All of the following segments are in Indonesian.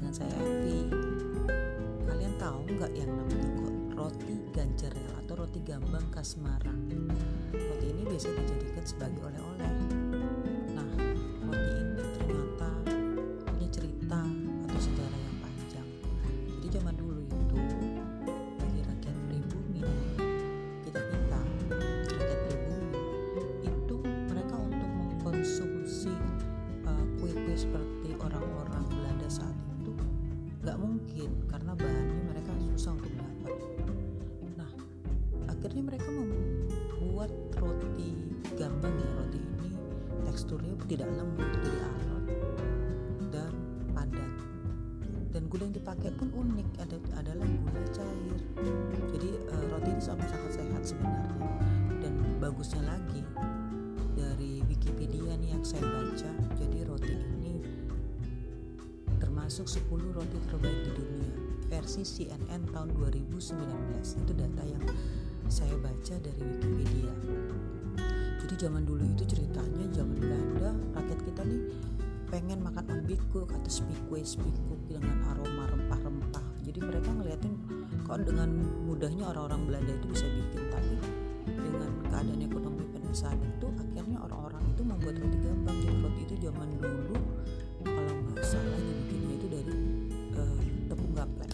dengan saya Evi. Kalian tahu nggak yang namanya roti ganjerel atau roti gambang khas Semarang? Roti ini biasa dijadikan sebagai oleh-oleh. Nah, roti ini ternyata punya cerita atau sejarah yang panjang. Jadi zaman dulu itu bagi rakyat pribumi, kita rakyat pribumi itu mereka untuk mengkonsumsi kue-kue seperti orang-orang Belanda saat itu nggak mungkin karena bahannya mereka susah untuk dapat. Nah, akhirnya mereka membuat roti gambang ya. Roti ini teksturnya tidak lembut, jadi alot dan padat. Dan gula yang dipakai pun unik, adalah gula cair. Jadi roti ini sangat sehat sebenarnya. Dan bagusnya lagi dari Wikipedia nih yang saya baca, jadi roti ini termasuk 10 roti terbaik di dunia versi CNN tahun 2019. Itu data yang saya baca dari Wikipedia. Jadi zaman dulu itu ceritanya zaman Belanda, rakyat kita nih pengen makan ambikuk atau spikue dengan aroma rempah-rempah. Jadi mereka ngeliatin kok dengan mudahnya orang-orang Belanda itu bisa bikin, tapi dengan keadaan ekonomi pada saat itu akhirnya orang-orang itu membuat roti gambang. Jadi roti itu zaman dulu kalau nggak salah dibikinnya itu dari tepung gaplek.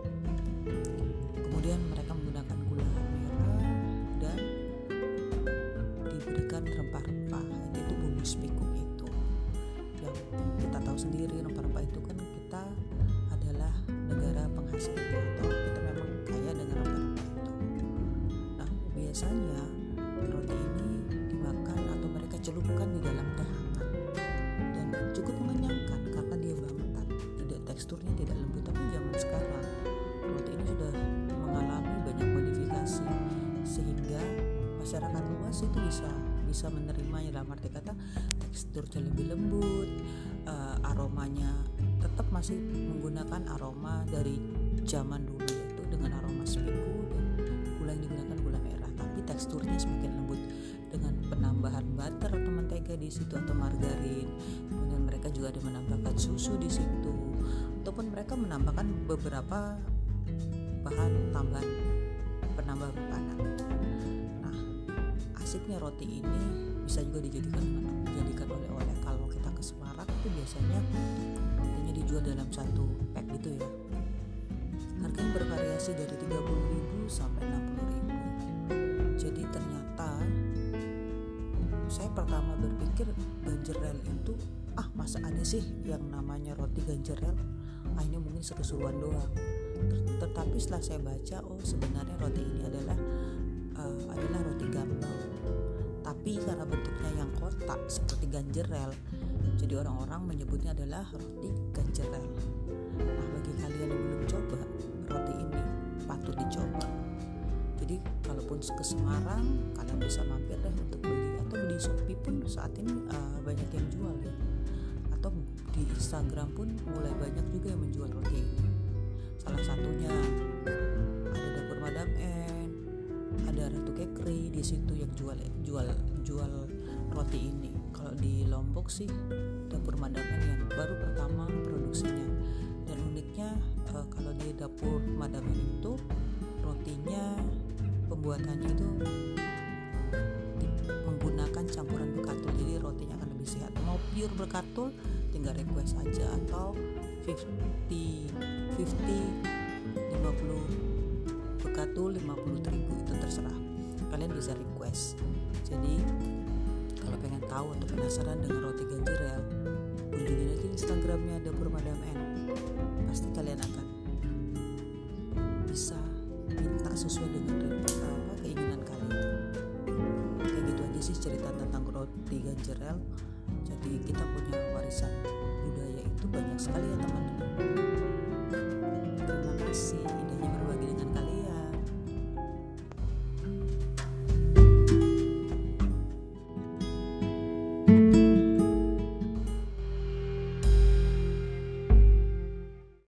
Kemudian mereka menggunakan gula merah dan diberikan rempah-rempah, yaitu bumbu spikuk itu. Yang kita tahu sendiri, rempah-rempah itu kan kita adalah negara penghasilnya atau kita memang kaya dengan rempah-rempah itu. Nah, biasanya roti ini dimakan atau mereka celupkan di dalam teh hangat dan cukup mengenyangkan karena dia bangetan, teksturnya tidak lembut. Tapi zaman sekarang roti ini sudah mengalami banyak modifikasi sehingga masyarakat luas itu bisa menerimanya, dalam arti kata teksturnya lebih lembut, aromanya tetap masih menggunakan aroma dari zaman dulu, yaitu dengan aroma spiku dan gula yang digunakan gula merah, tapi teksturnya semakin lembut dengan penambahan butter atau mentega di situ atau margarin. Kemudian mereka juga ada menambahkan susu di situ, ataupun mereka menambahkan beberapa bahan tambahan penambah makanan. Nah, asiknya roti ini bisa juga dijadikan oleh-oleh. Kalau kita ke Semarang itu biasanya rotinya dijual dalam satu pack gitu ya. Harganya bervariasi dari 30.000 sampai 60.000. Jadi ternyata saya pertama berpikir ganjerel itu masa ada sih yang namanya roti ganjerel, ini mungkin seru-seruan doang. Tetapi setelah saya baca, sebenarnya roti ini adalah roti gambang, tapi karena bentuknya yang kotak seperti ganjerel, jadi orang-orang menyebutnya adalah roti ganjerel. Nah, bagi kalian yang belum coba roti ini, patut dicoba. Jadi kalaupun ke Semarang, kalian bisa mampir deh untuk beli, atau di Shopee pun saat ini banyak yang jual ya, atau di Instagram pun mulai banyak juga yang menjual roti ini. Salah satunya ada Dapur Madam N, ada Ratu Kekri di situ yang jual roti ini. Kalau di Lombok sih Dapur Madam N yang baru pertama produksinya. Dan uniknya kalau di Dapur Madam N itu rotinya pembuatannya itu menggunakan campuran bekatul, jadi rotinya akan lebih sehat. Mau pure bekatul tinggal request aja, atau 50 bekatul 50 terigu, itu terserah, kalian bisa request. Jadi kalau pengen tahu atau penasaran dengan roti ganjerel, kunjungin aja Instagramnya Dapur Madam N, pasti kalian akan bisa minta sesuai dengan keinginan kalian. Kayak gitu aja sih cerita tentang roti ganjerel. Jadi kita punya warisan budaya itu banyak sekali ya teman-teman. Terima kasih indahnya berbagi dengan kalian.